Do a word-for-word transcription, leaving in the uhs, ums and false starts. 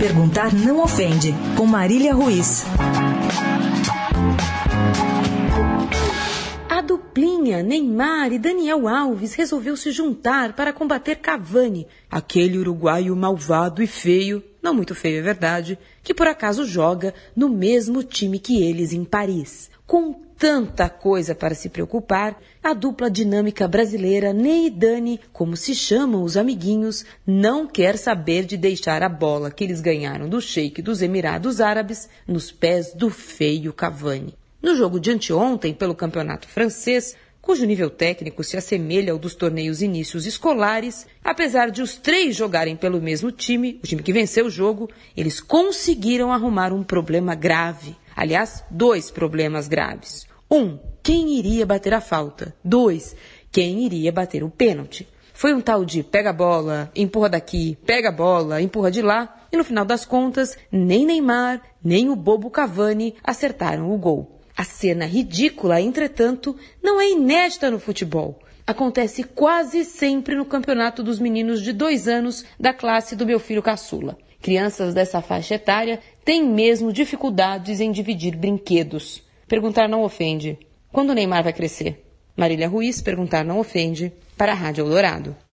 Perguntar não ofende, com Marília Ruiz. A duplinha Neymar e Daniel Alves resolveu se juntar para combater Cavani, aquele uruguaio malvado e feio, não muito feio é verdade, que por acaso joga no mesmo time que eles em Paris. Com tanta coisa para se preocupar, a dupla dinâmica brasileira Ney e Dani, como se chamam os amiguinhos, não quer saber de deixar a bola que eles ganharam do Sheik dos Emirados Árabes nos pés do feio Cavani. No jogo de anteontem, pelo campeonato francês, cujo nível técnico se assemelha ao dos torneios inícios escolares, apesar de os três jogarem pelo mesmo time, o time que venceu o jogo, eles conseguiram arrumar um problema grave. Aliás, dois problemas graves. Um, quem iria bater a falta? Dois, quem iria bater o pênalti? Foi um tal de pega a bola, empurra daqui, pega a bola, empurra de lá, e no final das contas, nem Neymar, nem o bobo Cavani acertaram o gol. A cena ridícula, entretanto, não é inédita no futebol. Acontece quase sempre no campeonato dos meninos de dois anos da classe do meu filho caçula. Crianças dessa faixa etária têm mesmo dificuldades em dividir brinquedos. Perguntar não ofende. Quando o Neymar vai crescer? Marília Ruiz, Perguntar não ofende, para a Rádio Eldorado.